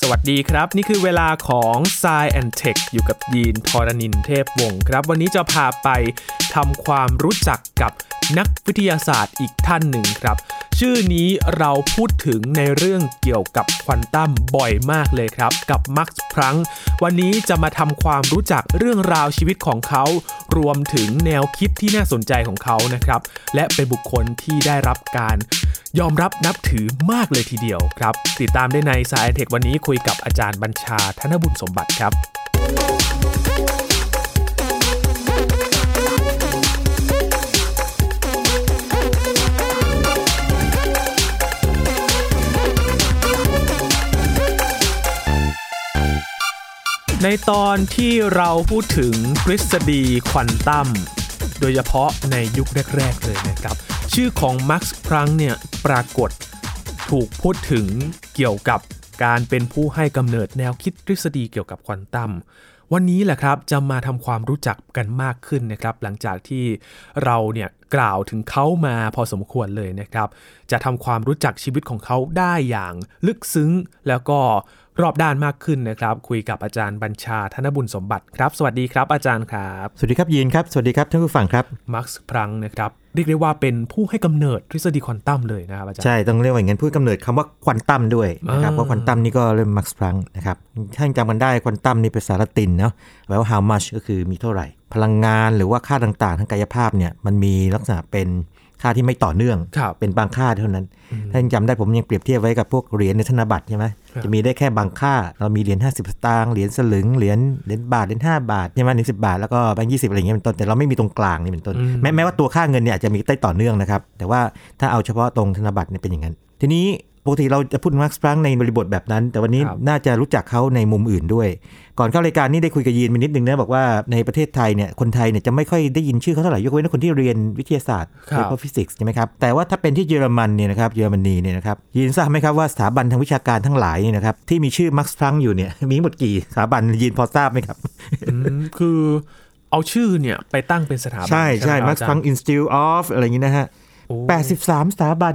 วัสดีครับนี่คือเวลาของ Science and Tech อยู่กับยีนทรณินเทพวงศ์ครับวันนี้จะพาไปทำความรู้จักกับนักวิทยาศาสตร์อีกท่านหนึ่งครับชื่อนี้เราพูดถึงในเรื่องเกี่ยวกับควอนตัมบ่อยมากเลยครับกับมักซ์พลังก์วันนี้จะมาทำความรู้จักเรื่องราวชีวิตของเขารวมถึงแนวคิดที่น่าสนใจของเขานะครับและเป็นบุคคลที่ได้รับการยอมรับนับถือมากเลยทีเดียวครับติดตามได้ใน Science Tech วันนี้คุยกับอาจารย์บัญชาธนบุญสมบัติครับในตอนที่เราพูดถึงทฤษฎีควอนตัมโดยเฉพาะในยุคแรกๆเลยนะครับชื่อของมักซ์พลังก์เนี่ยปรากฏถูกพูดถึงเกี่ยวกับการเป็นผู้ให้กำเนิดแนวคิดทฤษฎีเกี่ยวกับควอนตัมวันนี้แหละครับจะมาทำความรู้จักกันมากขึ้นนะครับหลังจากที่เราเนี่ยกล่าวถึงเขามาพอสมควรเลยนะครับจะทำความรู้จักชีวิตของเขาได้อย่างลึกซึ้งแล้วก็รอบด้านมากขึ้นนะครับคุยกับอาจารย์บัญชาธนบุญสมบัติครับสวัสดีครับอาจารย์ครับสวัสดีครับยีนครับสวัสดีครับท่านผู้ฟังครับมักซ์พลังก์นะครับเรียกได้ว่าเป็นผู้ให้กำเนิดทฤษฎีควอนตัมเลยนะครับอาจารย์ใช่ต้องเรียกว่าอย่างนั้นผู้กำเนิดคำว่าควอนตัมด้วยนะครับเพราะควอนตัมนี่ก็เริ่มมักซ์พลังก์นะครับถ้าจำกันได้ควอนตัมนี่เป็นภาษาละตินเนาะแปลว่า how much ก็คือมีเท่าไหร่พลังงานหรือว่าค่าต่างๆทางกายภาพเนี่ยมันมีลักษณะเป็นค่าที่ไม่ต่อเนื่องเป็นบางค่าเท่านั้นถ้ายังจำได้ผมยังเปรียบเทียบไว้กับพวกเหรียญในธนบัตรใช่ไหมจะมีได้แค่บางค่าเรามีเหรียญ50สตางค์เหรียญสลึงเหรียญบาทเหรียญ5บาทใช่ไหมเหรียญ10บาทแล้วก็แบงค์20อะไรอย่างเงี้ยเป็นต้นแต่เราไม่มีตรงกลางนี่เป็นต้นแม้ว่าตัวค่าเงินเนี่ยอาจจะมีได้ต่อเนื่องนะครับแต่ว่าถ้าเอาเฉพาะตรงธนบัตรเนี่ยเป็นอย่างนั้นทีนี้ปกติเราจะพูดมักซ์พลังก์ในบริบทแบบนั้นแต่วันนี้น่าจะรู้จักเขาในมุมอื่นด้วยก่อนเข้ารายการนี้ได้คุยกับยีนไปนิดนึงนะบอกว่าในประเทศไทยเนี่ยคนไทยเนี่ยจะไม่ค่อยได้ยินชื่อเขาเท่าไหร่ยกเว้นคนที่เรียนวิทยาศาสตร์หรือว่าฟิสิกส์ใช่ไหมครับแต่ว่าถ้าเป็นที่เยอรมันเนี่ยนะครับเยอรมนีเนี่ยนะครับยีนทราบไหมครับว่าสถาบันทางวิชาการทั้งหลายเนี่ยนะครับที่มีชื่อมักซ์พลังก์อยู่เนี่ยมีหมดกี่สถาบันยีนพอทราบไหมครับคือเอาชื่อเนี่ยไปตั้งเป็นสถาบันใช่มักซ์พลังก์ Institute of อะไรอย่างงี้นะฮะ83สถาบัน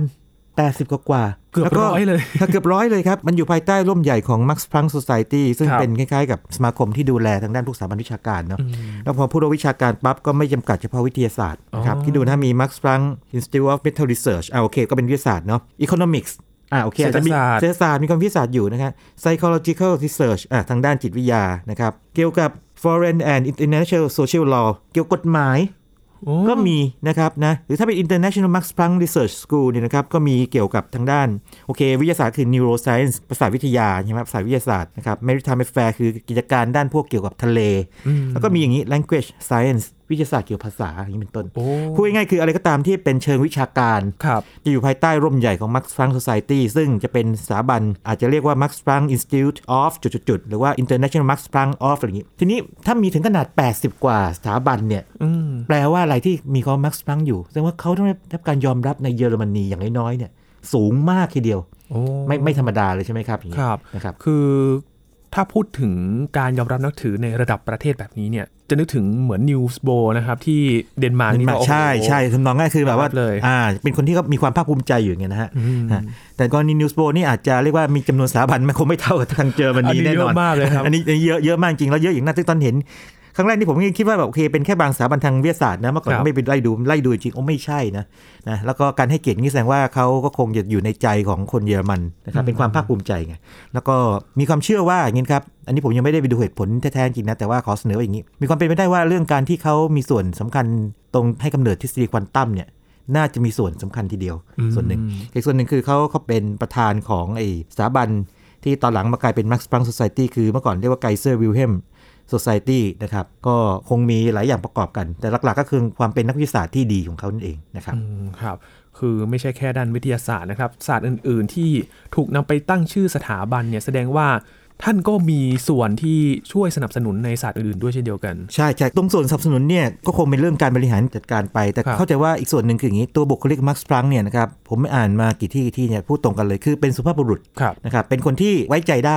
80กว่าเกือบร้อยเลยเกือบร้อยเลยครับมันอยู่ภายใต้ร่มใหญ่ของ Max Planck Society ซึ่งเป็นคล้ายๆกับสมาคมที่ดูแลทางด้านพวกสถาบันวิชาการเนาะแล้วพอพูดว่าวิชาการปั๊บก็ไม่จำกัดเฉพาะวิทยาศาสตร์นะครับที่ดูนะมี Max Planck Institute of Mental Researchโอเคก็เป็นวิทยาศาสตร์เนาะ Economics โอเคอาจจะมีเศรษฐศาสตร์มีความวิทยาศาสตร์อยู่นะครับ Psychological Research ทางด้านจิตวิทยานะครับเกี่ยวกับ Foreign and International Social Law เกี่ยวกับกฎหมายก็มีนะครับนะหรือถ้าเป็น International Max Planck Research School เนี่ยนะครับก็มีเกี่ยวกับทางด้านโอเควิทยาศาสตร์คือ Neuroscience ภาษาวิทยาใช่ไหมภาษาวิทยาศาสตร์นะครับ Maritime Affairs คือกิจการด้านพวกเกี่ยวกับทะเลแล้วก็มีอย่างนี้ Language Science วิทยาศาสตร์เกี่ยวกับภาษาอย่างนี้เป็นต้นพูดง่ายๆคืออะไรก็ตามที่เป็นเชิงวิชาการจะอยู่ภายใต้ร่มใหญ่ของ Max Planck Society ซึ่งจะเป็นสถาบันอาจจะเรียกว่า Max Planck Institute of จุดๆหรือว่า International Max Planck of อะไรอย่างนี้ทีนี้ถ้ามีถึงขนาด80กว่าสถาบันเนี่ยแปลว่าอะไรที่มีเขา Max Planck อยู่แสดงว่าเขาต้องได้รับการยอมรับในเยอรมนีอย่างน้อยๆเนี่ยสูงมากทีเดียวไม่ธรรมดาเลยใช่ไหมครับอย่างนี้นะครับคือถ้าพูดถึงการยอมรับนับถือในระดับประเทศแบบนี้เนี่ยจะนึกถึงเหมือนนิวส์โบนะครับที่เดนมาร์กนี่ใช่ทำนองง่ายคือแบบว่าเป็นคนที่เขามีความภาคภูมิใจอยู่อย่างเงี้ยนะฮะแต่กรณีนิวส์โบนี่อาจจะเรียกว่ามีจำนวนสถาบันมันคงไม่เท่ากับทางเยอรมนีแน่นอนอันนี้เยอะมากจริงแล้วเยอะอย่างน่าตอนเห็นครั้งแรกที่ผมคิดว่าแบบโอเคเป็นแค่บางสถาบันทางวิทยาศาสตร์นะเมื่อก่อนไม่ไปไล่ดูจริงไม่ใช่นะแล้วก็การให้เกียรตินี่แสดงว่าเขาก็คงจะอยู่ในใจของคนเยอรมันนะครับเป็นความภาคภูมิใจไงแล้วก็มีความเชื่อว่าอย่างนี้ครับอันนี้ผมยังไม่ได้ไปดูเหตุผลแท้ๆจริงนะแต่ว่าขอเสนออย่างนี้มีความเป็นไปได้ว่าเรื่องการที่เขามีส่วนสำคัญตรงให้กำเนิดทฤษฎีควอนตัมเนี่ยน่าจะมีส่วนสำคัญทีเดียวส่วนหนึ่งอีกส่วนหนึ่งคือเขาเป็นประธานของไอ้สถาบันที่ตอนหลังมากลายเป็น Max Planck Society คือเมื่อก่อนเรียกว่า Kaiser Wilhelm Society นะครับก็คงมีหลายอย่างประกอบกันแต่หลักๆก็คือความเป็นนักวิทยาศาสตร์ที่ดีของเขานั่นเองนะครับครับคือไม่ใช่แค่ด้านวิทยาศาสตร์นะครับศาสตร์อื่นๆที่ถูกนำไปตั้งชื่อสถาบันเนี่ยแสดงว่าท่านก็มีส่วนที่ช่วยสนับสนุนในศาสตร์อื่นๆด้วยเช่นเดียวกันใช่ตรงส่วนสนับสนุนเนี่ยก็คงเป็นเรื่องการบริหารจัดการไปแต่เข้าใจว่าอีกส่วนหนึ่งคืออย่างนี้ตัวบุคลิกมักซ์พลังก์เนี่ยนะครับผมไม่อ่านมากี่ที่เนี่ยพูดตรงกันเลยคือเป็นสุภาพบุรุษนะครับเป็นคนที่ไว้ใจได้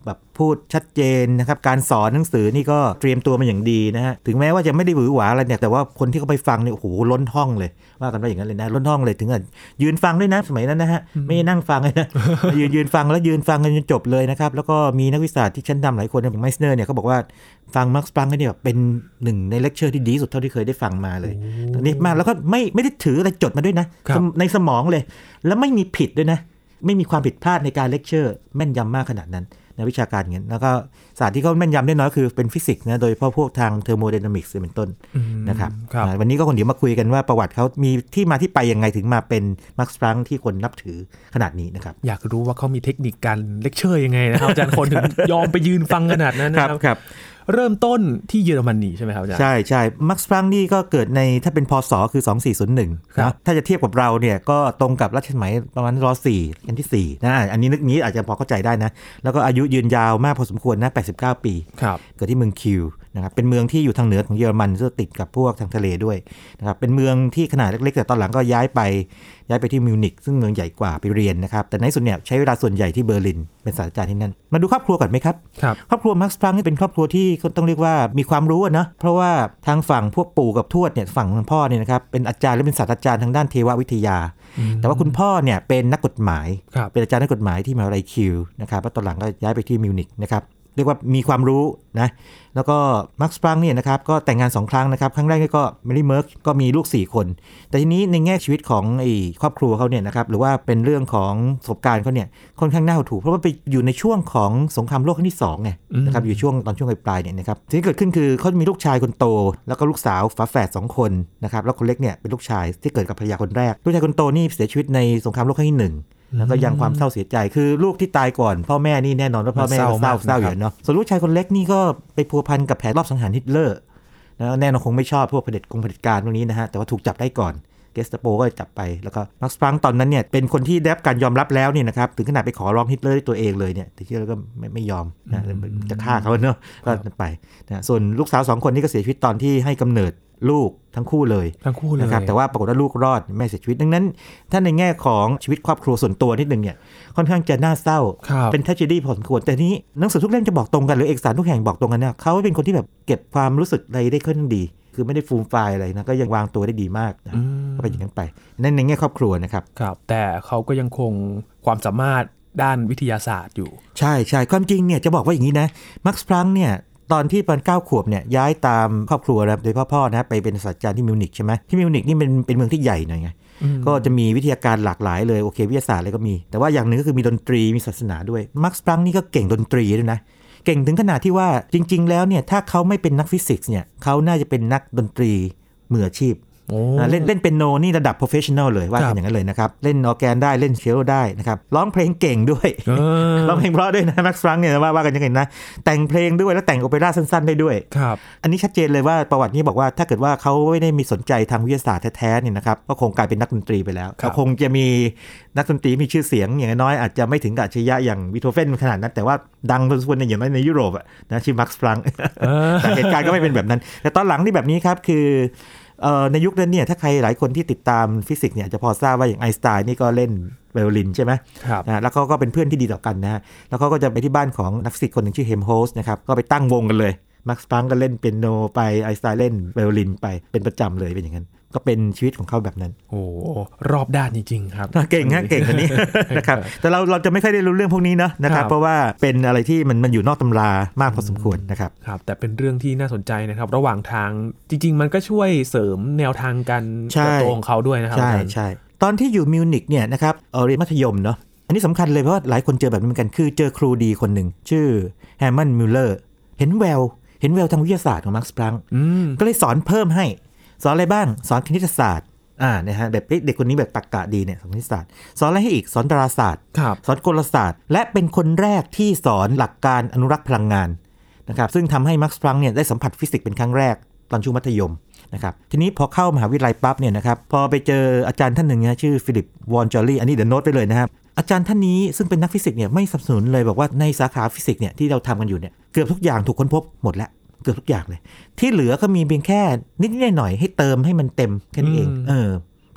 แบบพูดชัดเจนนะครับการสอนหนังสือนี่ก็เตรียมตัวมาอย่างดีนะฮะถึงแม้ว่าจะไม่ได้หวือหวาอะไรเนี่ยแต่ว่าคนที่เขาไปฟังเนี่ยโอ้โหล้นห้องเลยว่ากันว่าอย่างนั้นเลยนะล้นห้องเลยถึงกับยืนฟังด้วยนะสมัยนั้นนะฮะไม่นั่งฟังเลยนะ ยืนฟังแล้วยืนฟังกันจนจบเลยนะครับแล้วก็มีนักวิชาการที่ชั้นนำหลายคนอย่างไมสเนอร์เนี่ยเขาบอกว่าฟังมาร์คส์ปรังก์เนี่ยเป็นหนึ่งในเลคเชอร์ที่ดีสุดเท่าที่เคยได้ฟังมาเลยตอนนี้มากแล้วก็ไม่ได้ถืออะไรจดมาด้วยนะในสมองเลยแล้วไม่มีผิดด้วยนะไม่มีความผิดพลาดในการเลคเชอร์แม่นยำมากขนาดนั้นในวิชาการอย่างนี้แล้วก็ศาสตร์ที่เขาแม่นยำได้น้อยคือเป็นฟิสิกส์นะโดยเฉพาะพวกทางเทอร์โมไดนามิกส์เป็นต้นนะครับวันนี้ก็คงเดี๋ยวมาคุยกันว่าประวัติเขามีที่มาที่ไปยังไงถึงมาเป็นมาร์คส์ปรังก์ที่คนนับถือขนาดนี้นะครับอยากรู้ว่าเขามีเทคนิคการเลคเชอร์ยังไงนะครับอาจารย์คนถึงยอมไปยืนฟังขนาดนั้นนะครับเริ่มต้นที่เยอรมนีใช่ไหมครับอาจารย์ใช่มาร์คส์ปรังก์นี่ก็เกิดในถ้าเป็นพ.ศ. คือ2401นะถ้าจะเทียบกับเราเนี่ยก็ตรงกับรัชสมัยประมาณร.4 กันที่4นะอันนี้นึกนี้อาจจะพอเข้าใจได้นะแล้วก็อายุยืนยาวมากพอสมควรนะ89 ปีเกิดที่เมืองคิวนะครับเป็นเมืองที่อยู่ทางเหนือของเยอรมันซึ่งติดกับพวกทางทะเลด้วยนะครับเป็นเมืองที่ขนาดเล็กๆแต่ตอนหลังก็ย้ายไปที่มิวนิกซึ่งเมืองใหญ่กว่าไปเรียนนะครับแต่ในสุดเนี่ยใช้เวลาส่วนใหญ่ที่เบอร์ลินเป็นศาสตราจารย์ที่นั่นมาดูครอบครัวก่อนไหมครับครอบครัวมาร์คส์ปรังก์นี่เป็นครอบครัวที่ต้องเรียกว่ามีความรู้นะเพราะว่าทางฝั่งพวกปู่กับทวดเนี่ยฝั่งพ่อเนี่ยนะครับเป็นอาจารย์และเป็นศาสตราจารย์ทางด้านเทววิทยาแต่ว่าคุณพ่อเนี่ยเป็นนักกฎหมายเป็นอาจารย์นักกฎหมายที่มหาวิทยาลัยคิวนะครับแล้วตอนหลังก็ย้ายไปที่มิวนิกนะครับเรียกว่ามีความรู้นะแล้วก็มาร์คส์ปรังก์เนี่ยนะครับก็แต่งงาน2ครั้งนะครับครั้งแรกก็เมรี่เมิร์กก็มีลูก4คนแต่ทีนี้ในแง่ชีวิตของครอบครัวเขาเนี่ยนะครับหรือว่าเป็นเรื่องของประสบการณ์เขาเนี่ยค่อนข้างน่าหดหู่เพราะว่าไปอยู่ในช่วงของสงครามโลกครั้งที่2ไงนะครับอยู่ช่วงปลายเนี่ยนะครับที่เกิดขึ้นคือเขามีลูกชายคนโตแล้วก็ลูกสาวฝาแฝด2คนนะครับแล้วคนเล็กเนี่ยเป็นลูกชายที่เกิดกับภรรยาคนแรกลูกชายคนโตนี่เสียชีวิตในสงครามโลกครั้งที่1แล้วก็ยังความเศร้าเสียใจคือลูกที่ตายก่อนพ่อแม่นี่แน่นอนว่าพ่อแม่เศร้าอยู่เนาะส่วนลูกชายคนเล็กนี่ก็ไปพัวพันกับแผนรอบสังหารฮิตเลอร์นะแน่นอนคงไม่ชอบพวกเผด็จการพวกนี้นะฮะแต่ว่าถูกจับได้ก่อนเกสตาโปก็จับไปแล้วก็มาร์คส์ปรังก์ตอนนั้นเนี่ยเป็นคนที่ได้รับการยอมรับแล้วเนี่ยนะครับถึงขนาดไปขอร้องฮิตเลอร์ด้วยตัวเองเลยเนี่ยแต่ฮิตเลอร์ก็ไม่ยอมนะจะฆ่าเขาเนาะก็ไปนะส่วนลูกสาว2คนนี้ก็เสียชีวิตตอนที่ให้กำเนิดลูกทั้งคู่เลยนะครับแต่ว่าปรากฏว่าลูกรอดแม่เสียชีวิตดังนั้นถ้าในแง่ของชีวิตครอบครัวส่วนตัวนิดนึงเนี่ยค่อนข้างจะน่าเศร้าเป็นtragedyพอสมควรแต่นี้หนังสือทุกเล่มจะบอกตรงกันหรือเอกสารทุกแห่งบอกตรงกันเนี่ยเขาเป็นคนที่แบบเก็บความรู้สึกอะไรได้ค่อนข้างดีคือไม่ได้ฟูมไฟล์อะไรนะก็ยังวางตัวได้ดีมากนะก็เป็นอย่างนั้นไปนั่นในแง่ครอบครัวนะครับแต่เขาก็ยังคงความสามารถด้านวิทยาศาสตร์อยู่ใช่ความจริงเนี่ยจะบอกว่าอย่างนี้นะมาร์คส์ปรังก์เนี่ยตอนที่ประมาณ9 ขวบเนี่ยย้ายตามครอบครัวนะโดยพ่อนะไปเป็นศาสตราจารย์ที่มิวนิกใช่ไหมที่มิวนิกนี่เป็นเมืองที่ใหญ่หน่อยไงก็จะมีวิทยาการหลากหลายเลยโอเควิทยาศาสตร์อะไรก็มีแต่ว่าอย่างนึงก็คือมีดนตรีมีศาสนาด้วยมาร์คส์ปรังก์นี่ก็เก่งดนตรีด้วยนะเก่งถึงขนาดที่ว่าจริงๆแล้วเนี่ยถ้าเขาไม่เป็นนักฟิสิกส์เนี่ยเขาน่าจะเป็นนักดนตรีมืออาชีพเล่นเปียโนนี่ระดับ professional เลยว่ากันอย่างนั้นเลยนะครับเล่นออร์แกนได้เล่นเชลโลได้นะครับร้องเพลงเก่งด้วยร้องเพลงเพราะด้วยนะมาร์คส์ปรังก์เนี่ยว่ากันอย่างนั้นนะแต่งเพลงด้วยแล้วแต่งโอเปร่าสั้นๆได้ด้วยอันนี้ชัดเจนเลยว่าประวัตินี้บอกว่าถ้าเกิดว่าเขาไม่ได้มีสนใจทางวิทยาศาสตร์แท้ๆเนี่ยนะครับก็คงกลายเป็นนักดนตรีไปแล้วเขาคงจะมีนักดนตรีมีชื่อเสียงอย่างน้อยอาจจะไม่ถึงกับอัจฉริยะอย่างบีโธเฟนขนาดนั้นแต่ว่าดังพอสมควรในอย่างน้อยในยุโรปนะชื่อมาร์คส์ปรังก์แต่เหตุการณ์ก็ไม่เป็นแบบนั้นแต่ตอนหลังนี่แบบนี้ครับคือในยุคนั้นเนี่ยถ้าใครหลายคนที่ติดตามฟิสิกส์เนี่ยจะพอทราบว่าอย่างไอน์สไตน์นี่ก็เล่นไวโอลินใช่ไหมแล้วเขาก็เป็นเพื่อนที่ดีต่อกันนะฮะแล้วเขาก็จะไปที่บ้านของนักฟิสิกส์คนหนึ่งชื่อเฮมโฮสนะครับก็ไปตั้งวงกันเลยมาร์คส์ปรังก์ก็เล่นเปียโนไปไอน์สไตน์เล่นไวโอลินไปเป็นประจำเลยเป็นอย่างนั้นก็เป็นชีวิตของเขาแบบนั้นโอ้รอบด้านจริงๆครับเก่งคนนี้นะครับแต่เราจะไม่ค่อยได้รู้เรื่องพวกนี้นะครับเพราะว่าเป็นอะไรที่มันอยู่นอกตำรามากพอสมควรนะครับแต่เป็นเรื่องที่น่าสนใจนะครับระหว่างทางจริงๆมันก็ช่วยเสริมแนวทางการเติบโตของเขาด้วยนะครับใช่ตอนที่อยู่มิวนิกเนี่ยนะครับเรียนมัธยมเนาะอันนี้สำคัญเลยเพราะว่าหลายคนเจอแบบนี้เหมือนกันคือเจอครูดีคนหนึ่งชื่อแฮมมันมิลเลอร์เห็นแววทางวิทยาศาสตร์ของมาร์คส์ปรังก์ก็เลยสอนเพิ่มให้สอนอะไรบ้างสอนคณิตศาสตร์นะฮะแบบเด็กคนนี้แบบตรรกะดีเนี่ยสอนคณิตศาสตร์สอนอะไรให้อีกสอนดาราศาสตร์สอนกลศาสตร์และเป็นคนแรกที่สอนหลักการอนุรักษ์พลังงานนะครับซึ่งทำให้มาร์คส์ปรังก์เนี่ยได้สัมผัสฟิสิกส์เป็นครั้งแรกตอนช่วงมัธยมนะครับทีนี้พอเข้ามหาวิทยาลัยปั๊บเนี่ยนะครับพอไปเจออาจารย์ท่านหนึ่งนะชื่อฟิลิปวอนจอรี่อันนี้เดี๋ยวโน้ตไปเลยนะครับอาจารย์ท่านนี้ซึ่งเป็นนักฟิสิกส์เนี่ยไม่สนับสนุนเลยบอกว่าในสาขาฟิสิกส์เนี่ยที่เราทำกันอยู่เนี่ยเกือบทุกอย่างถูกค้นพบหมดแล้วเกือบทุกอย่างเลยที่เหลือก็มีเพียงแค่นิดๆหน่อยๆให้เติมให้มันเต็มแค่นี้เองเพ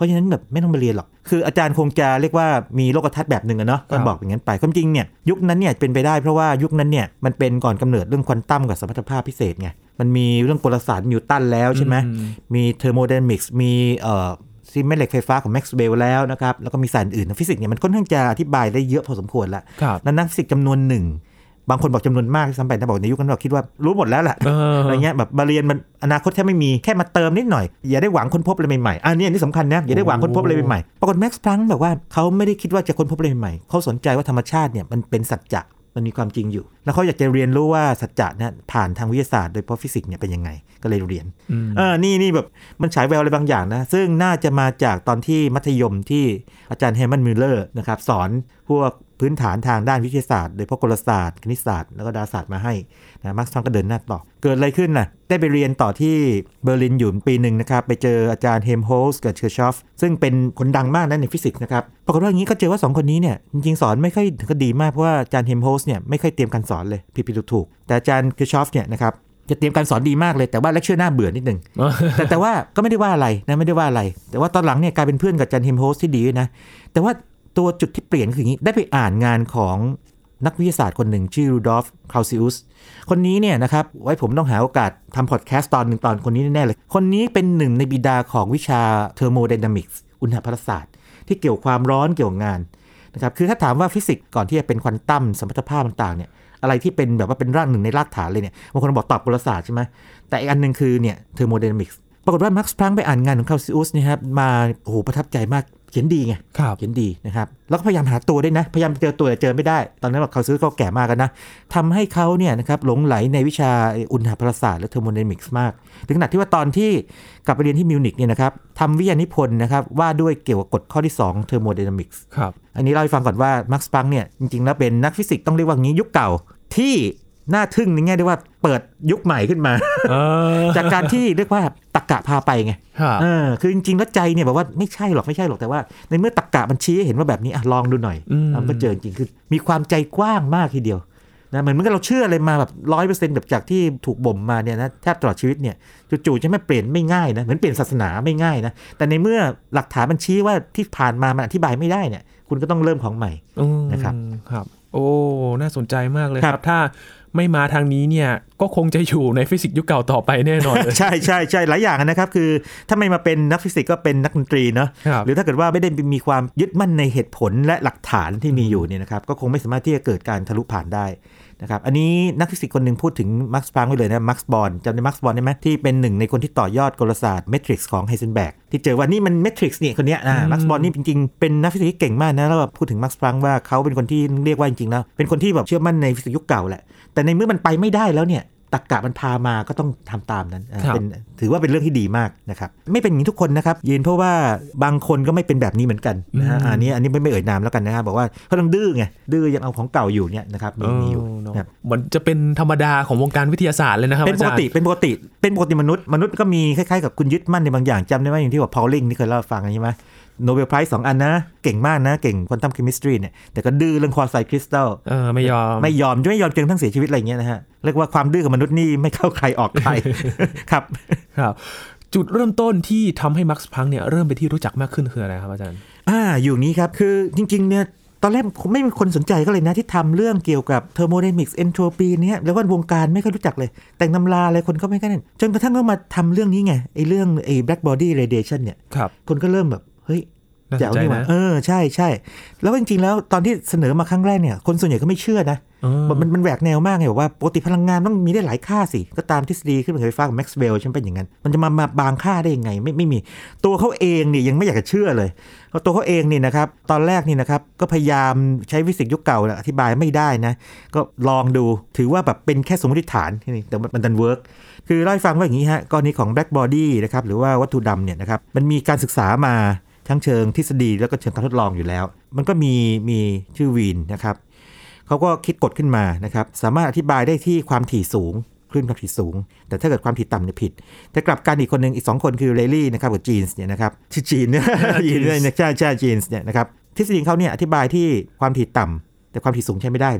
ราะฉะนั้นแบบไม่ต้องมาเรียนหรอกคืออาจารย์คงจะเรียกว่ามีโลกทัศน์แบบนึงอะเนาะก็บอกอย่างนั้นไปความจริงเนี่ยยุคนั้นเนี่ยเป็นไปได้เพราะว่ายุคนั้นเนี่ยมันเป็นก่อนกำเนิดเรื่องควอนตัมกับสมรรถภาพพิเศษไงมันมีเรื่องกลศาสตร์นิวตันแล้วใช่ไหมมีเทอร์โมไดนามิกส์มีซีแม่เหล็กไฟฟ้าของแม็กซ์เวลล์แล้วนะครับแล้วก็มีสารอื่นฟิสิกส์เนี่ยมันค่อนข้างจะอธิบายได้เยอะพอสมควรแล้วแล้วนักฟิสิกส์จำนวนหนึ่งบางคนบอกจำนวนมากซ้ำไปนะบอกในยุคนั้นเราคิดว่ารู้หมดแล้วแหละอะไรเงี้ยแบบมาเรียนมันอนาคตแทบไม่มีแค่มาเติมนิดหน่อยอย่าได้หวังค้นพบอะไรใหม่ๆอันนี้สำคัญนะอย่าได้หวังค้นพบอะไรใหม่ๆปรากฏแม็กซ์พลังก์แบบว่าเขาไม่ได้คิดว่าจะค้นพบอะไรใหม่เขาสนใจว่าธรรมชาติเนี่ยมันเป็นสัจจะมันมีความจริงอยู่แล้วเขาอยากจะเรียนรู้ว่าสัจจะเนี่ยผ่านทางวิทยาศาสตร์โดยเฉพาะฟิสิกส์เนี่ยเป็นยังไงก็เลยเรียนนี่แบบมันฉายแววอะไรบางอย่างนะซึ่งน่าจะมาจากตอนที่มัธยมที่อาจารย์เฮมันมิลเลอร์นะครับสอนพวกพื้นฐานทางด้านวิทยาศาสตร์โดยเฉพาะกลศาสตร์คณิตศาสตร์แล้วก็ดาราศาสตร์มาให้นะมาร์คซ์พลังก์ก็เดินหน้าต่อเกิดอะไรขึ้นน่ะได้ไปเรียนต่อที่เบอร์ลินอยู่ปีนึงนะครับไปเจออาจารย์เฮมโฮลส์กับเชอร์ชอฟซึ่งเป็นคนดังมากนะในฟิสิกส์นะครับปรากฏว่าอย่างนี้ก็เจอว่า2คนนี้เนี่ยจริงๆสอนไม่ค่อยถึงก็ดีมากเพราะว่าอาจารย์เฮมโฮลส์เนี่ยไม่ค่อยเตรียมการสอนเลยผิดๆถูกๆแต่อาจารย์เชอร์ชอฟเนี่ยนะครับจะเตรียมการสอนดีมากเลยแต่ว่าเลคเชอร์น่าเบื่อนิดนึง แต่ว่าก็ไม่ได้ว่าอะไรนะไม่ได้ว่าอะไรแต่ว่าตอนหลังเนี่ยกลายเป็นเพื่อนกับอาจารย์เฮมโฮลส์ที่ดีนะแต่ว่าตัวจุดที่เปลี่ยนคืออย่างนี้ได้ไปอ่านงานของนักวิทยาศาสตร์คนหนึ่งชื่อรูดอล์ฟคลาวซิอุสคนนี้เนี่ยนะครับไว้ผมต้องหาโอกาสทำพอดแคสต์ตอนหนึ่งตอนคนนี้แน่เลยคนนี้เป็นหนึ่งในบิดาของวิชาเทอร์โมไดนามิกส์อุณหภาคศาสตร์ที่เกี่ยวความร้อนเกี่ยวงานนะครับคือถ้าถามว่าฟิสิกส์ก่อนที่จะเป็นควอนตัมสมรรถภาพต่างๆเนี่ยอะไรที่เป็นแบบว่าเป็นรากหนึ่งในรากฐานเลยเนี่ยบางคนบอกตอบกลศาสตร์ใช่ไหมแต่อีกอันนึงคือเนี่ยเทอร์โมไดนามิกส์ปรากฏว่ามาร์คซ์พลังก์ไปอ่านงานของคลาวซิอุสนะครับมาโอ้โหประทับใจมากเขียนดีไงเขียนดีนะครับแล้วก็พยายามหาตัวด้วยนะพยายามเจอตัวแต่เจอไม่ได้ตอนนั้นเขาซื้อก็แก่มากกันนะทำให้เขาเนี่ยนะครับหลงไหลในวิชาอุณหภาคศาสตร์และเทอร์โมไดนามิกส์มากถึงขนาดที่ว่าตอนที่กลับไปเรียนที่มิวนิกเนี่ยนะครับทำวิทยานิพนธ์นะครับว่าด้วยเกี่ยวกับกฎข้อที่2เทอร์โมไดนามิกส์อันนี้เล่าให้ฟังก่อนว่ามาร์คซ์พลังก์เนี่ยจริงๆแล้วเป็นนักฟิสิกส์ต้องเรียกว่างี้ยุคเก่าที่น่าทึ่งในแง่ที่ว่าเปิดยุคใหม่ขึ้นมา จากการที่เรียกว่าตรรกะพาไปไงคือจริงๆแล้วใจเนี่ยแบบว่าไม่ใช่หรอกแต่ว่าในเมื่อตรรกะมันชี้ให้เห็นว่าแบบนี้ลองดูหน่อยมันก็เจอจริงคือมีความใจกว้างมากทีเดียวนะเหมือนกับเราเชื่ออะไรมาแบบ 100% แบบจากที่ถูกบ่มมาเนี่ยนะแทบตลอดชีวิตเนี่ยจู่ๆจะไม่เปลี่ยนไม่ง่ายนะเหมือนเปลี่ยนศาสนาไม่ง่ายนะแต่ในเมื่อหลักฐานมันชี้ว่าที่ผ่านมามันอธิบายไม่ได้เนี่ยคุณก็ต้องเริ่มของใหม่นะครับโอ้น่าสนใจมากเลยครับถ้าไม่มาทางนี้เนี่ยก็คงจะอยู่ในฟิสิกส์ยุคเก่าต่อไปแน่นอนเลยใช่หลายอย่างนะครับคือถ้าไม่มาเป็นนักฟิสิกส์ก็เป็นนักดนตรีเนาะหรือถ้าเกิดว่าไม่ได้มีความยึดมั่นในเหตุผลและหลักฐานที่มีอยู่เนี่ยนะครับก็คงไม่สามารถที่จะเกิดการทะลุผ่านได้นะครับอันนี้นักฟิสิกส์คนหนึ่งพูดถึงมาร์คซ์พลังก์ไว้เลยนะมาร์คซ์บอร์นจำได้มาร์คซ์บอร์นได้ไหมที่เป็นหนึ่งในคนที่ต่อยอดกลศาสตร์เมทริกซ์ของไฮเซนเบิร์กที่เจอว่านี่มันเมทริกซ์เนี่ยคนเนี้ยมาร์คซ์บอร์นนี่จริงๆเป็นนักฟิสิกส์ที่เก่งมากนะแล้วพูดถึงมาร์คซ์พลังก์ว่าเขาเป็นคนที่เรียกว่าจริงๆแล้วเป็นคนที่แบบเชื่อมั่นในฟิสิกส์ยุคเก่าแหละแต่ในเมื่อมันไปไม่ได้แล้วเนี่ยตรรกะมันพามาก็ต้องทำตามนั้นถือว่าเป็นเรื่องที่ดีมากนะครับไม่เป็นอย่างนี้ทุกคนนะครับยินเพราะว่าบางคนก็ไม่เป็นแบบนี้เหมือนกันนะฮะอันนี้ไม่เอ่ยนามแล้วกันนะครับบอกว่าเขาต้องดื้อไงดื้อยังเอาของเก่าอยู่เนี่ยนะครับมีอยู่มันจะเป็นธรรมดาของวงการวิทยาศาสตร์เลยนะครับเป็นปกติมนุษย์ก็มีคล้ายๆกับคุณยึดมั่นในบางอย่างจำได้ไหมอย่างที่ว่าพอลลิงที่เคยเล่าฟังใช่ไหมโนเบลไพรส์2อันนะเก่งมากนะเก่งควอนตัมเคมิสตรีเนี่ยแต่ก็ดื้อเรื่องควอไซคริสตัลไม่ยอมจนทั้งเสียชีวิตอะไรอย่างเงี้ยนะฮะเรียกว่าความดื้อของมนุษย์นี่ไม่เข้าใครออกใคร ครับจุดเริ่มต้นที่ทำให้มาร์คซ์พลังก์เนี่ยเริ่มเป็นที่รู้จักมากขึ้นคืออะไรครับอาจารย์อยู่นี้ครับคือจริงๆเนี่ยตอนแรกไม่มีคนสนใจก็เลยนะที่ทำเรื่องเกี่ยวกับเทอร์โมไดนามิกส์เอนโทรปีเนี่ยแล้วว่าวงการไม่ค่อยรู้จักเลยแต่งตำราอะไรคนก็ไม่ค่อยนั่นจนกระทั่งเขามาทำเรื่องนี้ไงไอ้เรื่องไอ้ black body radiation เนี่ยคนก็เริ่มแบบเฮ้ยแจ๋วนี่หว่าใช่แล้วจริงๆแล้วตอนที่เสนอมาครั้งแรกเนี่ยคนส่วนใหญ่ก็ไม่เชื่อนะมันแหวกแนวมากไงบอกว่าปกติพลังงานต้องมีได้หลายค่าสิก็ตามทฤษฎีขึ้นไฟฟ้าของแม็กซ์เวลล์ใช่ไหมเป็นอย่างนั้นมันจะมาบางค่าได้ยังไงไม่มีตัวเขาเองเนี่ยยังไม่อยากจะเชื่อเลยเพราะตัวเขาเองนี่นะครับตอนแรกนี่นะครับก็พยายามใช้ฟิสิกส์ยุคเก่าอธิบายไม่ได้นะก็ลองดูถือว่าแบบเป็นแค่สมมติฐานแต่มันดันเวิร์กคือเล่าให้ฟังว่าอย่างนี้ฮะกรณีของแบล็คบอดี้นะครับหรือว่าวัตถุดำเนี่ยนะครับมันมีการศึกษามาทั้งเชิงทฤษฎีแล้วก็เชิงการทดลองอยู่แล้วมันก็มีชื่อวีนนะครับเขาก็คิดกฎขึ้นมานะครับสามารถอธิบายได้ที่ความถี่สูงคลื่นความถี่สูงแต่ถ้าเกิดความถี่ต่ำเนี่ยผิดแต่กลับกันอีกคนนึงอีก2คนคือเรลลี่นะครับกับจีนส์เนี่ยนะครับชื่อจีนเนี่ยใช่จีนส์เนี่ยนะครับทฤษฎีเขาเนี่ยอธิบายที่ความถี่ต่ำแต่ความถี่สูงใช้ไม่ได้อย่างเงี้ย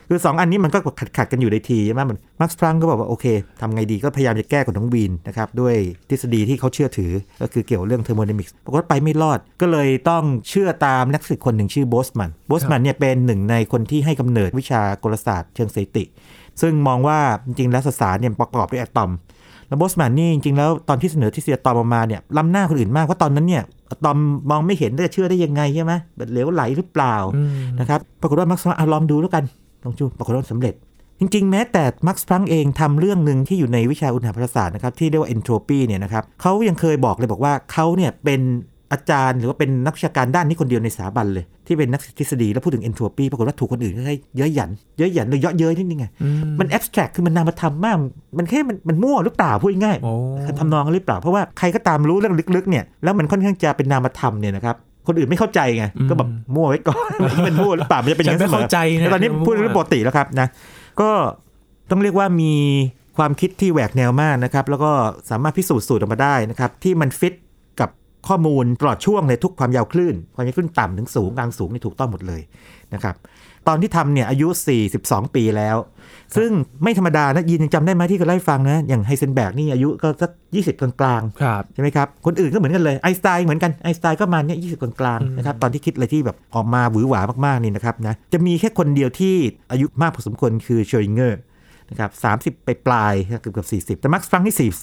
คือ2อันนี้มันก็ขัดกันอยู่ในทีใช่ไหมมันมาร์คส์พลังก์ก็บอกว่าโอเคทำไงดีก็พยายามจะแก้กฎของวีนนะครับด้วยทฤษฎีที่เขาเชื่อถือก็คือเกี่ยวเรื่องเทอร์โมไดนามิกส์ปรากฏว่าไปไม่รอดก็เลยต้องเชื่อตามนักฟิสิกส์คนหนึ่งชื่อโบสมันเนี่ยเป็นหนึ่งในคนที่ให้กำเนิดวิชากลศาสตร์เชิงสถิติซึ่งมองว่าจริงๆแล้วสสารเนี่ยประกอบด้วยอะตอมแล้วโบสมันนี่จริงๆแล้วตอนที่เสนอทฤษฎีอะตอมออกมาเนี่ยล้ำหน้าคนอื่นมากเพราะตอนนั้นเนี่ยอะตอมมองไม่เห็นจะเชื่อได้ยังไงใช่ไหมแบบเหลวไหลหรือเปล่านะครับปรากฏว่ามาร์คส์พลังก์ลองดูแล้วกันลองดูปรากฏว่าสำเร็จจริงๆแม้แต่มาร์คส์พลังก์เองทำเรื่องนึงที่อยู่ในวิชาอุณหภูมิศาสตร์นะครับที่เรียกว่า entropy เนี่ยนะครับเขายังเคยบอกเลยบอกว่าเขาเนี่ยเป็นอาจารย์หรือว่าเป็นนักวิชาการด้านนี้คนเดียวในสถาบันเลยที่เป็นนักทฤษฎีแล้วพูดถึง entropy ปรากฏว่าถูกคนอื่นก็ให้เย้ยหยันหรือเยาะเย้ยนิดนึงไงมัน abstract คือมันนามธรรมมากมันแค่มันมั่วหรือเปล่าพูดง่ายทำนองหรือเปล่าเพราะว่าใครก็ตามรู้เรื่องลึกๆเนี่ยแล้วมันค่อนข้างจะเป็นนามธรรมเนี่ยนะครับคนอื่นไม่เข้าใจไงก็แบบมั่วไว้ก่อนมันมั่วหรือเปล่ามันจะเป็นอย่างนั้นเสมอแต่ตอนนี้พูดเรื่องปกติแล้วครับนะก็ต้องเรียกว่ามีความคิดที่แหวกแนวมากนะครับแล้วก็สามารถพิสูจน์สูตรออกมาได้นะครับที่มันฟิตกับข้อมูลตลอดช่วงในทุกความยาวคลื่นต่ำถึงสูงกลางสูงนี่ถูกต้องหมดเลยนะครับตอนที่ทำเนี่ยอายุ42ปีแล้วซึ่งไม่ธรรมดานะยินยังจำได้ไหมที่เคยเล่าให้ฟังนะอย่างไฮเซนเบิร์กนี่อายุก็สัก20กลางๆใช่ไหมครับคนอื่นก็เหมือนกันเลยไอน์สไตน์เหมือนกันไอน์สไตน์ก็มาเนี่ย20กลางๆนะครับตอนที่คิดอะไรที่แบบออกมาหวือหวามากๆนี่นะครับนะจะมีแค่คนเดียวที่อายุมากพอสมควรคือเชอริงเกอร์นะครับ30ปลายเกือบ40แต่มาร์คส์พลังก์นี่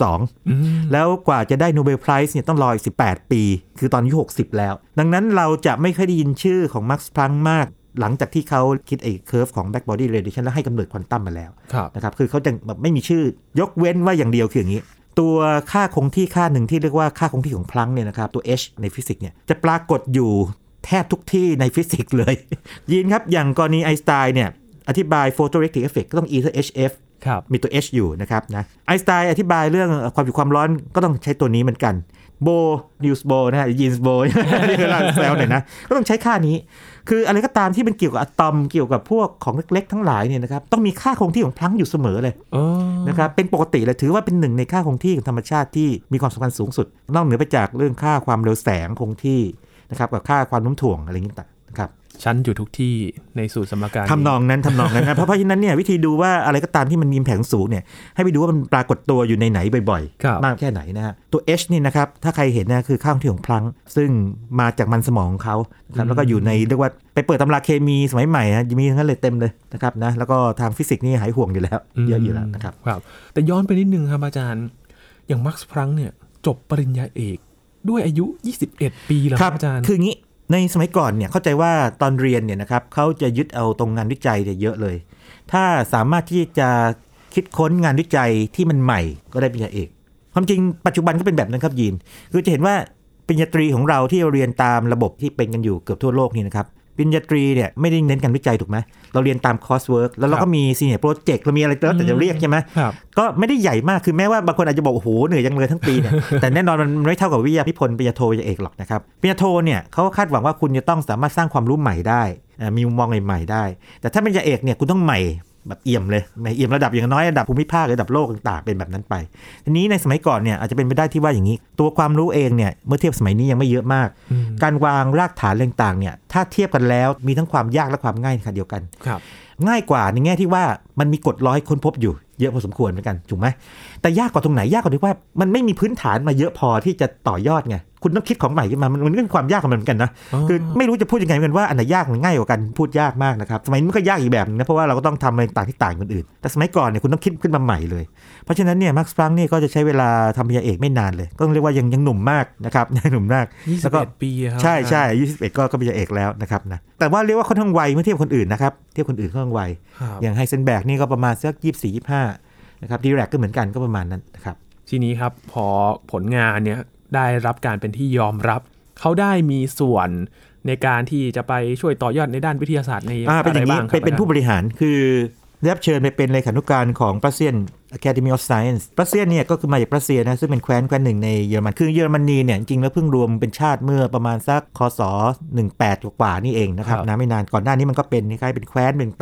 42แล้วกว่าจะได้โนเบลไพรส์เนี่ยต้องรออีก18ปีคือตอนอายุ60แล้วดังนั้นเราจะไม่เคยได้ยินชื่อของมาร์คส์พลังก์มากหลังจากที่เขาคิดไอ้เคอร์ฟของ Black Body Radiation แล้วให้กำเนิดควอนตัมมาแล้วนะครับคือเขาจะแบบไม่มีชื่อยกเว้นว่าอย่างเดียวคืออย่างนี้ตัวค่าคงที่ค่าหนึ่งที่เรียกว่าค่าคงที่ของพลังก์เนี่ยนะครับตัว h ในฟิสิกส์เนี่ยจะปรากฏอยู่แทบทุกที่ในฟิสิกส์เลยยินครับอย่างกรณีไอน์สไตน์เนี่ยอธิบาย photoelectric effect ก็ต้อง E เท่า hf มีตัว h อยู่นะครับนะไอน์สไตน์อธิบายเรื่องความถี่ความร้อนก็ต้องใช้ตัวนี้เหมือนกันโบนิวส์โบนะฮะยินส์โบนี่คือแซวหน่อยนะก็ต้องใช้ค่านี้คืออะไรก็ตามที่เป็นเกี่ยวกับอะตอมเกี่ยวกับพวกของเล็กๆทั้งหลายเนี่ยนะครับต้องมีค่าคงที่ของพลังก์อยู่เสมอเลยนะครับเป็นปกติเลยถือว่าเป็นหนึ่งในค่าคงที่ของธรรมชาติที่มีความสำคัญสูงสุดนอกเหนือไปจากเรื่องค่าความเร็วแสงคงที่นะครับกับค่าความโน้มถ่วงอะไรอย่างนี้ต่างนะครับชั้นอยู่ทุกที่ในสูตรสมการทำนองนั้นนะเพราะฉะนั้นเนี่ยวิธีดูว่าอะไรก็ตามที่มันมีอิมแพคสูงเนี่ยให้ไปดูว่ามันปรากฏตัวอยู่ในไหนบ่อยๆมากแค่ไหนนะฮะตัว H นี่นะครับถ้าใครเห็นนะคือค่าคงที่ของพลังก์ซึ่งมาจากมันสมองของเขาครับแล้วก็อยู่ในเรียกว่าไปเปิดตำราเคมีสมัยใหม่นะมีทั้งนั้นเลยเต็มเลยนะครับนะแล้วก็ทางฟิสิกส์นี่หายห่วงอยู่แล้วเยอะอยู่แล้วนะครับแต่ย้อนไปนิดนึงครับอาจารย์อย่างมาร์คส์พลังก์เนี่ยจบปริญญาเอกด้วยอายุ21ปีแล้วอาจารย์คืองี้ในสมัยก่อนเนี่ยเข้าใจว่าตอนเรียนเนี่ยนะครับเขาจะยึดเอาตรงงานวิจัยเยอะเลยถ้าสามารถที่จะคิดค้นงานวิจัยที่มันใหม่ก็ได้ปริญญาเอกความจริงปัจจุบันก็เป็นแบบนั้นครับยีนคือจะเห็นว่าปริญญาตรีของเราที่เราเรียนตามระบบที่เป็นกันอยู่เกือบทั่วโลกนี่นะครับปริญญาตรีเนี่ยไม่ได้เน้นการวิจัยถูกไหมเราเรียนตามคอร์สเวิร์กแล้วเราก็มีซีเนียร์โปรเจกต์เรามีอะไรแล้วแต่จะเรียกใช่ไหมก็ไม่ได้ใหญ่มากคือแม้ว่าบางคนอาจจะบอกโอ้โหเหนื่อยจังเลยทั้งปีเนี่ย แต่แน่นอนมันไม่เท่ากับวิทยานิพนธ์ปริญญาโทปริญญาเอกหรอกนะครับปริญญาโทเนี่ยเขาคาดหวังว่าคุณจะต้องสามารถสร้างความรู้ใหม่ได้มีมุมมองใหม่ๆได้แต่ถ้าปริญญาเอกเนี่ยคุณต้องใหม่แบบเอี่ยมเลยเอี่ยมระดับอย่างน้อยระดับภูมิภาคระดับโลกต่างๆเป็นแบบนั้นไปทีนี้ในสมัยก่อนเนี่ยอาจจะเป็นไปได้ที่ว่าอย่างนี้ตัวความรู้เองเนี่ยเมื่อเทียบสมัยนี้ยังไม่เยอะมากการวางรากฐานต่างๆเนี่ยถ้าเทียบกันแล้วมีทั้งความยากและความง่ายค่ะเดียวกันง่ายกว่าในแง่ที่ว่ามันมีกฎร้อยค้นพบอยู่เยอะพอสมควรเหมือนกันถูกไหมแต่ยากกว่าตรงไหนยากกว่าที่ว่ามันไม่มีพื้นฐานมาเยอะพอที่จะต่อยอดไงคุณต้องคิดของใหม่ขึ้นมามันเป็นความยากของมันเหมือนกันนะคือไม่รู้จะพูดยังไงกันว่าอันไหนยากหรือง่ายกว่ากันพูดยากมากนะครับสมัยนี้มันก็ยากอีกแบบนึงนะเพราะว่าเราก็ต้องทำอะไรต่างที่ต่างกันอื่นแต่สมัยก่อนเนี่ยคุณต้องคิดขึ้นมาใหม่เลยเพราะฉะนั้นเนี่ยมาร์คส์พลังก์เนี่ยก็จะใช้เวลาทำปริญญาเอกไม่นานเลยก็ต้องเรียกว่ายังหนุ่มมากนะครับหนุ่มมากแล้วก็ปีครับใช่21ก็ปริญญาเอกแล้วนะครับนะแต่ว่าเรียกว่าค่อนข้างไวเมื่อเทียบคนอื่นนะครับเทียบคนอื่นค่อนข้างไวอย่างไฮเซนเบิร์กนี่ก็ประมาณสัก24-25นะครับดีแร็กก็เหมือนกันก็ประมาณนั้นนะครับทีนี้ครับพอผลงานเนี่ยได้รับการเป็นที่ยอมรับเขาได้มีส่วนในการที่จะไปช่วยต่อยอดในด้านวิทยาศาสตร์ในอะไรบ้างครับเป็นผู้บริหารคือได้รับเชิญไปเป็นเลขานุการของปรัสเซียน Academy of Science ปรัสเซียนเนี่ยก็คือมาจากปรัสเซียนะซึ่งเป็นแคว้นหนึ่งในเยอรมันคือเยอรมนีเนี่ยจริงๆแล้วเพิ่งรวมเป็นชาติเมื่อประมาณสักคศ18กว่านี่เองนะครับนะไม่นานก่อนหน้านี้มันก็เป็นคล้ายๆเป็นแคว้นเป็นต่าง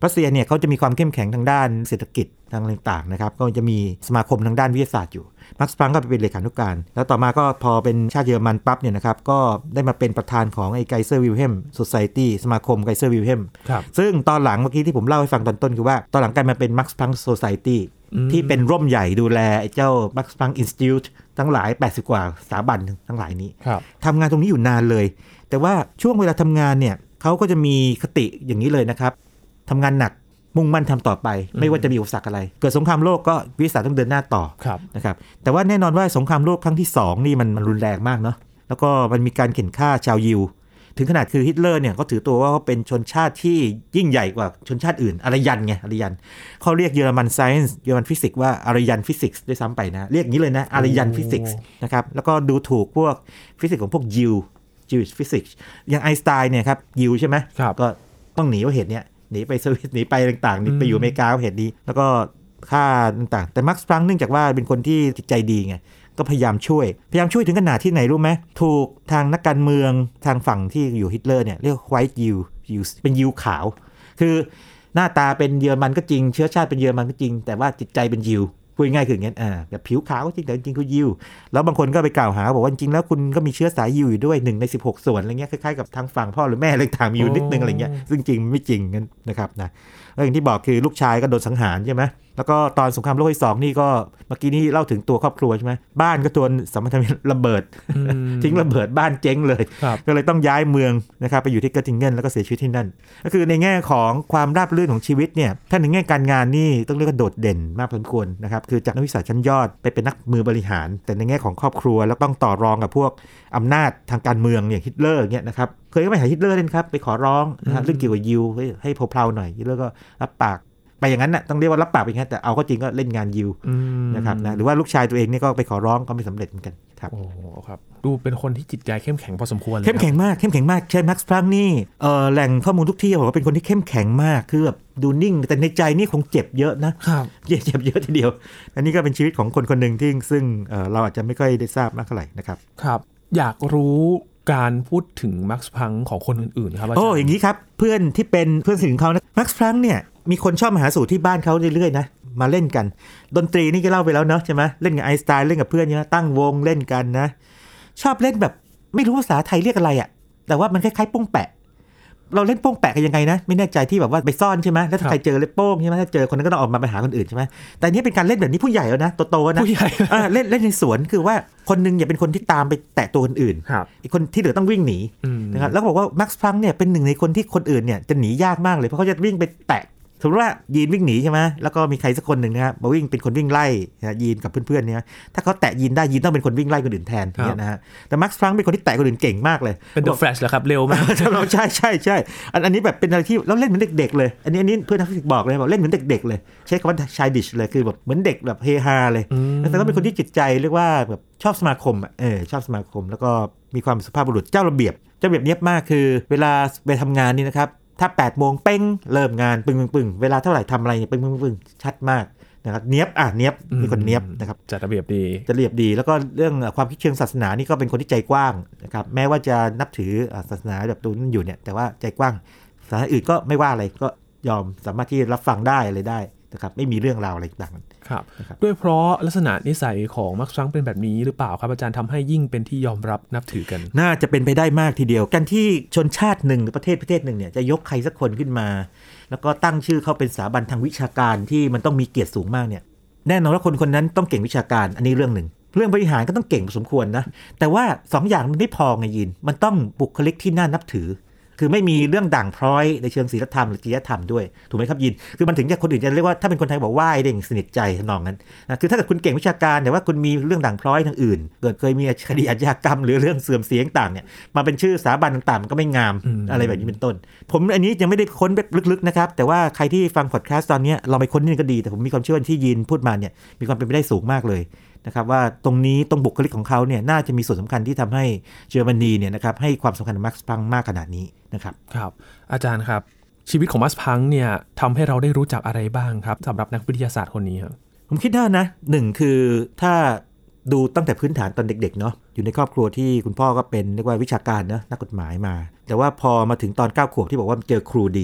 รัสเซียเนี่ยเขาจะมีความเข้มแข็งทางด้านเศรษฐกิจทางต่างๆนะครับก็จะมีสมาคมทางด้านวิทยาศาสตร์อยู่มักซ์พลังก์ก็เป็นเลขานุการแล้วต่อมาก็พอเป็นชาติเยอรมันปั๊บเนี่ยนะครับก็ได้มาเป็นประธานของไอ้ไกเซอร์วิลเฮมโซไซตี้สมาคมไกเซอร์วิลเฮมซึ่งตอนหลังเมื่อกี้ที่ผมเล่าให้ฟังตอนต้นคือว่าตอนหลังกลายมาเป็นมักซ์พลังก์โซไซตี้ที่เป็นร่มใหญ่ดูแลไอ้เจ้ามักซ์พลังก์อินสติทิวต์ทั้งหลาย80กว่าสถาบันทั้งหลายนี้ทำงานตรงนี้อยู่นานเลยแต่ว่าช่วงเวลาทำงานเนี่ยเขาก็จะมีคติอย่างนี้เลยนะครับทำงานหนักมุ่งมั่นทำต่อไปไม่ว่าจะมีอุปสรรคอะไรเกิดสงครามโลกก็วิทยาศาสตร์ต้องเดินหน้าต่อนะครับแต่ว่าแน่นอนว่าสงครามโลกครั้งที่2นี่มันรุนแรงมากเนาะแล้วก็มันมีการเข็นฆ่าชาวยิวถึงขนาดคือฮิตเลอร์เนี่ยเขาถือตัวว่าเขาเป็นชนชาติที่ยิ่งใหญ่กว่าชนชาติอื่นอารยันไงอารยันเขาเรียกเยอรมันไซเอนซ์เยอรมันฟิสิกส์ว่าอารยันฟิสิกส์ด้วยซ้ำไปนะเรียกอย่างนี้เลยนะอารยันฟิสิกส์นะครับแล้วก็ดูถูกพวกฟิสิกส์ของพวกยิวJewish physics อย่างไอน์สไตน์เนี่ยครับยิวใช่ไหมก็ต้องหนีเพราะเหตุเนี้ยหนีไปสวิตหนีไปต่างๆหนีไปอยู่อเมริกาเพราะเหตุนี้แล้วก็ฆ่าต่างๆแต่มักซ์พลังก์เนื่องจากว่าเป็นคนที่จิตใจดีไงก็พยายามช่วยถึงขนาดที่ไหนรู้ไหมถูกทางนักการเมืองทางฝั่งที่อยู่ฮิตเลอร์เนี่ยเรียก white Jew เป็นยิวขาวคือหน้าตาเป็นเยอรมันก็จริงเชื้อชาติเป็นเยอรมันก็จริงแต่ว่าจิตใจเป็นยิวพูดง่ายคืออย่างนี้แบบผิวขาวจริงแต่จริงคือยิวแล้วบางคนก็ไปกล่าวหาบอกว่าจริงแล้วคุณก็มีเชื้อสายยิวอยู่ด้วย1ใน16ส่วนอะไรเงี้ยคล้ายๆกับทางฝั่งพ่อหรือแม่อะไรต่างมีอยู่นิดนึงอะไรเงี้ยซึ่งจริงไม่จริงกันนะครับนะแล้วอย่างที่บอกคือลูกชายก็โดนสังหารใช่ไหมแล้วก็ตอนสงครามโลกที่2นี่ก็เมื่อกี้นี้เล่าถึงตัวครอบครัวใช่ไหมบ้านก็โดนสัมพันธมิตรระเบิดทิ้งระเบิดบ้านเจ๊งเลยก็เลยต้องย้ายเมืองนะครับไปอยู่ที่เกอร์ติงเกนแล้วก็เสียชีวิตที่นั่นก็คือในแง่ของความราบรื่นของชีวิตเนี่ยถ้าในแง่การงานนี่ต้องเรียกว่าโดดเด่นมากพอสมควรนะครับคือจากนักวิชาชั้นยอดไปเป็นนักมือบริหารแต่ในแง่ของครอบครัวแล้วต้องต่อรองกับพวกอำนาจทางการเมืองอย่างฮิตเลอร์เนี่ยนะครับเคยก็ไปหาฮิตเลอร์เล่นครับไปขอร้องนะเรื่องเกี่ยวกับยิวให้เพลาๆหน่อยฮิตเลอร์ก็รับปากไปอย่างนั้นน่ะต้องเรียกว่ารับปากไปอย่างนั้นแต่เอาก็จริงก็เล่นงานยิวนะครับนะหรือว่าลูกชายตัวเองนี่ก็ไปขอร้องก็ไม่สำเร็จเหมือนกันครับโอ้ครับดูเป็นคนที่จิตใจเข้มแข็งพอสมควรเลยเข้มแข็งมากใช่มักซ์พลังก์นี่แหล่งข้อมูลทุกที่บอกว่าเป็นคนที่เข้มแข็งมากคือแบบดูนิ่งแต่ในใจนี่คงเจ็บเยอะนะครับเจ็บเยอะทีเดียวอันนี้ก็เป็นชีวิตของคนคนหนึ่งที่ซึ่งเราอาจจะไม่ค่อยได้ทราบมากเท่าไหร่นะครับครับอยากรู้การพูดถึงมักซ์พลังก์ของคนอื่นๆครับอย่างนี้ครับเพื่อนที่เป็นเพื่อนสนิทของเขานะมักซ์พลังก์เนี่ยมีคนชอบมาหาสู่ที่บ้านเขาเรื่อยๆนะมาเล่นกันดนตรีนี่ก็เล่าไปแล้วเนาะใช่ไหมเล่นกับไอน์สไตน์เล่นกับเพื่อนเนี่ยตั้งวงเล่นกันนะชอบเล่นแบบไม่รู้ภาษาไทยเรียกอะไรอ่ะแต่ว่ามันคล้ายๆโป้งแปะเราเล่นโป้งแปะกันยังไงนะไม่แน่ใจที่แบบว่าไปซ่อนใช่ไหมแล้วถ้าใครเจอเล่นโป้งใช่ไหมถ้าเจอคนนั้นก็ต้องออกมาไปหาคนอื่นใช่ไหมแต่นี้เป็นการเล่นแบบนี้ผู้ใหญ่แล้วนะโตๆนะผู้ใหญ่เล่นในสวนคือว่าคนนึงอย่าเป็นคนที่ตามไปแตะตัวคนอื่นอีกคนที่เหลือต้องวิ่งหนีนะครับแล้วบอกว่ามักซ์พลังก์เนี่ยเป็นหนึ่งในคนที่คนอื่นเนี่ยจะหนียากมากเลยเพราะเขาจะวิ่งไปแตะสมมติว่ายีนวิ่งหนีใช่ไหมแล้วก็มีใครสักคนหนึ่งนะครับมาวิ่งเป็นคนวิ่งไล่ยีนกับเพื่อนๆเนี่ยถ้าเขาแตะยีนได้ยีนต้องเป็นคนวิ่งไล่คนอื่นแทนเนี่ยนะฮะแต่มักซ์พลังก์เป็นคนที่แตะคนอื่นเก่งมากเลยเป็นเดอะแฟลชเหรอครับเร็วมากใช่อันนี้แบบเป็นอะไรที่เราเล่นเหมือนเด็กๆเลยอันนี้เพื่อนนักฟิสิกส์บอกเลยบอกเล่นเหมือนเด็กๆเลยใช้คำว่าชายดิชเลยคือแบบเหมือนเด็กแบบเฮฮาเลยแต่ก็เป็นคนที่จิตใจเรียกว่าแบบชอบสมาคมชอบสมาคมแล้วก็มีความสุภาพบุรุษเจ้าระเบียบเนียบมากคือเวลาไปทำงานนี่นะครับถ้า 8 โมงเป้งเริ่มงานปึ้งเวลาเท่าไหร่ทำอะไรเนี่ยปึ้งชัดมากนะครับเนียบมีคนเนียบนะครับจัดระเบียบดีแล้วก็เรื่องความคิดเชิงศาสนานี่ก็เป็นคนที่ใจกว้างนะครับแม้ว่าจะนับถือศาสนาแบบตัวนั้นอยู่เนี่ยแต่ว่าใจกว้างศาสนาอื่นก็ไม่ว่าอะไรก็ยอมสามารถที่รับฟังได้อะไรได้นะครับไม่มีเรื่องราวอะไรต่างๆครับด้วยเพราะลักษณะนิสัยของมักซ์พลังก์เป็นแบบนี้หรือเปล่าครับอาจารย์ทำให้ยิ่งเป็นที่ยอมรับนับถือกันน่าจะเป็นไปได้มากทีเดียวกันที่ชนชาติหนึ่งหรือประเทศหนึ่งเนี่ยจะยกใครสักคนขึ้นมาแล้วก็ตั้งชื่อเขาเป็นสถาบันทางวิชาการที่มันต้องมีเกียรติสูงมากเนี่ยแน่นอนว่าคนนั้นต้องเก่งวิชาการอันนี้เรื่องหนึ่งเรื่องบริหารก็ต้องเก่งพอสมควรนะแต่ว่า2 อย่างมันไม่พอไงยินมันต้องบุคลิกที่น่านับถือคือไม่มีเรื่องด่างพร้อยในเชิงศีลธรรมหรือจริยธรรมด้วยถูกไหมครับยินคือมันถึงจะคนอื่นจะเรียกว่าถ้าเป็นคนไทยบอกไหว้เด้งสนิทใจทำนองนั้นนะคือถ้าเกิดคุณเก่งวิชาการแต่ว่าคุณมีเรื่องด่างพร้อยทางอื่นเกิดเคยมีคดีอาชญากรรมหรือเรื่องเสื่อมเสียต่างเนี่ยมาเป็นชื่อสถาบันต่างๆก็ไม่งามอะไรแบบนี้เป็นต้นผมอันนี้ยังไม่ได้ค้นแบบลึกๆนะครับแต่ว่าใครที่ฟังพอดแคสต์ตอนนี้เราไปค้นนี่ก็ดีแต่ผมมีความเชื่อที่ยินพูดมาเนี่ยมีความเป็นไปได้สูงมากเลยนะครับว่าตรงนี้ตรงบุคลิกของเขาเนี่ยน่าจะมีส่วนสำคัญที่ทำให้เยอรมนีเนี่ยนะครับให้ความสำคัญกับมักซ์พลังก์มากขนาดนี้นะครับครับอาจารย์ครับชีวิตของมักซ์พลังก์เนี่ยทำให้เราได้รู้จักอะไรบ้างครับสำหรับนักวิทยาศาสตร์คนนี้ครับผมคิดว่านะ1คือถ้าดูตั้งแต่พื้นฐานตอนเด็กๆเนาะอยู่ในครอบครัวที่คุณพ่อก็เป็นเรียกว่าวิชาการนะนักกฎหมายมาแต่ว่าพอมาถึงตอน9 ขวบที่บอกว่าเจอครูดี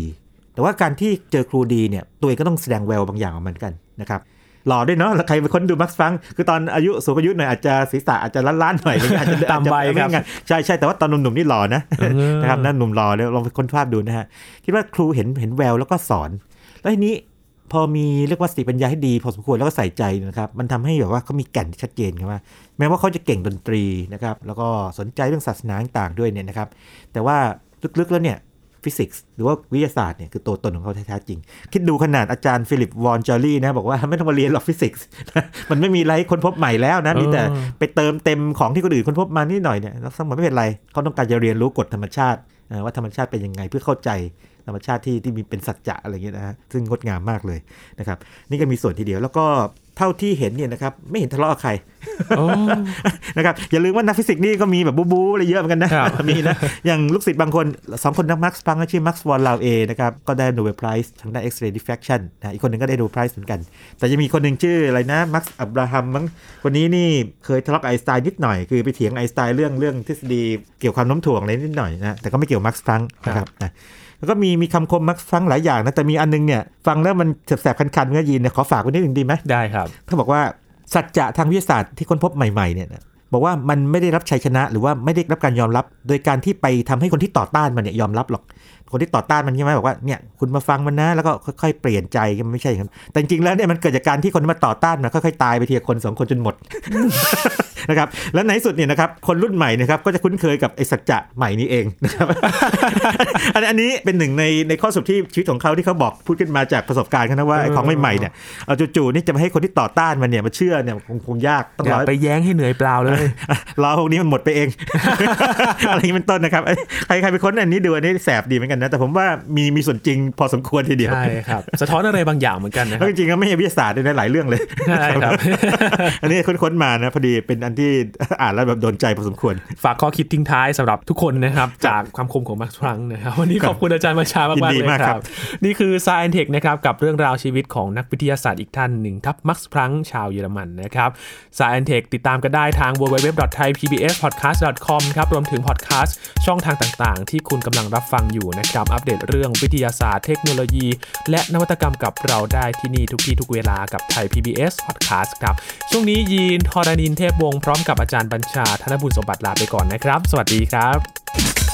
แต่ว่าการที่เจอครูดีเนี่ยตัวเองก็ต้องแสดงแววบางอย่างออกมาเหมือนกันนะครับหล่อด้วยเนาะแล้วใครเป็นคนดูมักซ์ฟรังก์คือตอนอายุสูงอายุหน่อยอาจจะศีรษะอาจจะล้านๆหน่อยอาจจะตามวัยครับใช่แต่ว่าตอนหนุ่มๆนี่หล่อนะนะครับนั่นหนุ่มหล่อแล้วลองไปค้นภาพดูนะฮะคิดว่าครูเห็นแววแล้วก็สอนแล้วทีนี้พอมีเรียกว่าสติปัญญาให้ดีพอสมควรแล้วก็ใส่ใจนะครับมันทำให้แบบว่าเขามีแก่นที่ชัดเจนครับว่าแม้ว่าเขาจะเก่งดนตรีนะครับแล้วก็สนใจเรื่องศาสนาต่างๆด้วยเนี่ยนะครับแต่ว่าลึกๆแล้วเนี่ยฟิสิกส์หรือว่าวิทยาศาสตร์เนี่ยคือตัวตนของเขาแท้ๆจริงคิดดูขนาดอาจารย์ฟิลิปวอนจอรี่นะบอกว่าไม่ต้องมาเรียนหรอกฟิสิกส์มันไม่มีอะไรค้นพบใหม่แล้วนะมีแต่ไปเติมเต็มของที่คนอื่นค้นพบมานิดหน่อยเนี่ยแล้วทั้งหมดไม่เป็นไรเขาต้องการจะเรียนรู้กฎธรรมชาติว่าธรรมชาติเป็นยังไงเพื่อเข้าใจธรรมชาติที่มีเป็นสัจจะอะไรอย่างเงี้ยนะฮะซึ่งงดงามมากเลยนะครับนี่ก็มีส่วนทีเดียวแล้วก็เท่าที่เห็นเนี่ยนะครับไม่เห็นทะเลาะกับใคร นะครับอย่าลืมว่านักฟิสิกส์นี่ก็มีแบบบู๊อะไรเยอะเหมือนกันนะมีนะอย่างลูกศิษย์บางคน2คนนักมาร์คส์พลังก์ชื่อมาร์คส์วอลลาวเอนะครับก็ได้โนเบลไพรส์ทางด้าน X-ray diffraction นะอีกคนนึงก็ได้โนเบลไพรส์เหมือนกันแต่จะมีคนนึงชื่ออะไรนะมาร์คส์อับราฮัมมั้งคนนี้นี่เคยทะเลาะกับไอน์สไตน์นิดหน่อยคือไปเถียงไอน์สไตน์เรื่องทฤษฎีเกี่ยวกับความโน้มถ่วงอะไรนิดหน่อยนะแต่ก็ไม่เกี่ยวมาร์คส์พลังก์นะครับนะแล้วก็มีคำคมมักฟังหลายอย่างนะแต่มีอันนึงเนี่ยฟังแล้วมันแสบๆคันๆเมื่อยีนเนี่ยขอฝากไว้นิดนึงดีไหมได้ครับเขาบอกว่าสัจจะทางวิทยาศาสตร์ที่ค้นพบใหม่ๆเนี่ยบอกว่ามันไม่ได้รับชัยชนะหรือว่าไม่ได้รับการยอมรับโดยการที่ไปทำให้คนที่ต่อต้านมันเนี่ยยอมรับหรอกคนที่ต่อต้านมันใช่ไหมบอกว่าเนี่ยคุณมาฟังมันนะแล้วก็ค่อยๆเปลี่ยนใจมันไม่ใช่อย่างนั้นแต่จริงๆแล้วเนี่ยมันเกิดจากการที่คนมาต่อต้านมันค่อยๆตายไปทีละคน2คนจนหมด นะครับแล้วในสุดเนี่ยนะครับคนรุ่นใหม่นะครับก็จะคุ้นเคยกับไอ้สัจจะใหม่นี้เองนะครับ อันนี้เป็นหนึ่งในข้อสรุปที่ชีวิตของเขาที่เขาบอกพูดขึ้นมาจากประสบการณ์นะว่าไอ้ของใหม่ๆเนี่ยเอาจู่ๆนี่จะมาให้คนที่ต่อต้านมันเนี่ยมาเชื่อเนี่ยคงยากต้องรอไปแย้งให้เหนื่อยเปล่าเลยรอพวกนี้มันหมดไปเอง อะไรนี้เป็นต้นนะครับใครไปค้นอันนี้ดูอันนี้แสบดีเหมือนกันนะแต่ผมว่ามีส่วนจริงพอสมควรทีเดียวใช่ครับสะท้อนอะไรบางอย่างเหมือนกันนะครับจริงๆก็ไม่ใช่วิทยาศาสตร์ในหลายเรื่องเลยใช่ครับอันนี้ค้นมานะพอดีเป็นอันที่อ่านแล้วแบบโดนใจพอสมควรฝากข้อคิดทิ้งท้ายสำหรับทุกคนนะครับจากความคมของมาร์คส์พลังก์นะครับวันนี้ขอบคุณอาจารย์บัญชามากๆเลยครับนี่คือ Science Tech นะครับกับเรื่องราวชีวิตของนักวิทยาศาสตร์อีกท่านหนึ่งทับมาร์คส์พลังก์ชาวเยอรมันนะครับ Science Tech ติดตามกันได้ทาง www.thaipbspodcast.com ครับรวมถึงพอดแคสต์ช่องทางต่างๆที่คุณกำลังรับฟังอยู่นะครับอัปเดตเรื่องวิทยาศาสตร์เทคโนโลยีและนวัตกรรมกับเราได้ที่นี่ทุกที่ทุกเวลากับไทย PBS Podcast ครับช่วงนี้ยีน ธรณินทร์เทพวงศ์พร้อมกับอาจารย์บัญชา ธนบุญสมบัติลาไปก่อนนะครับสวัสดีครับ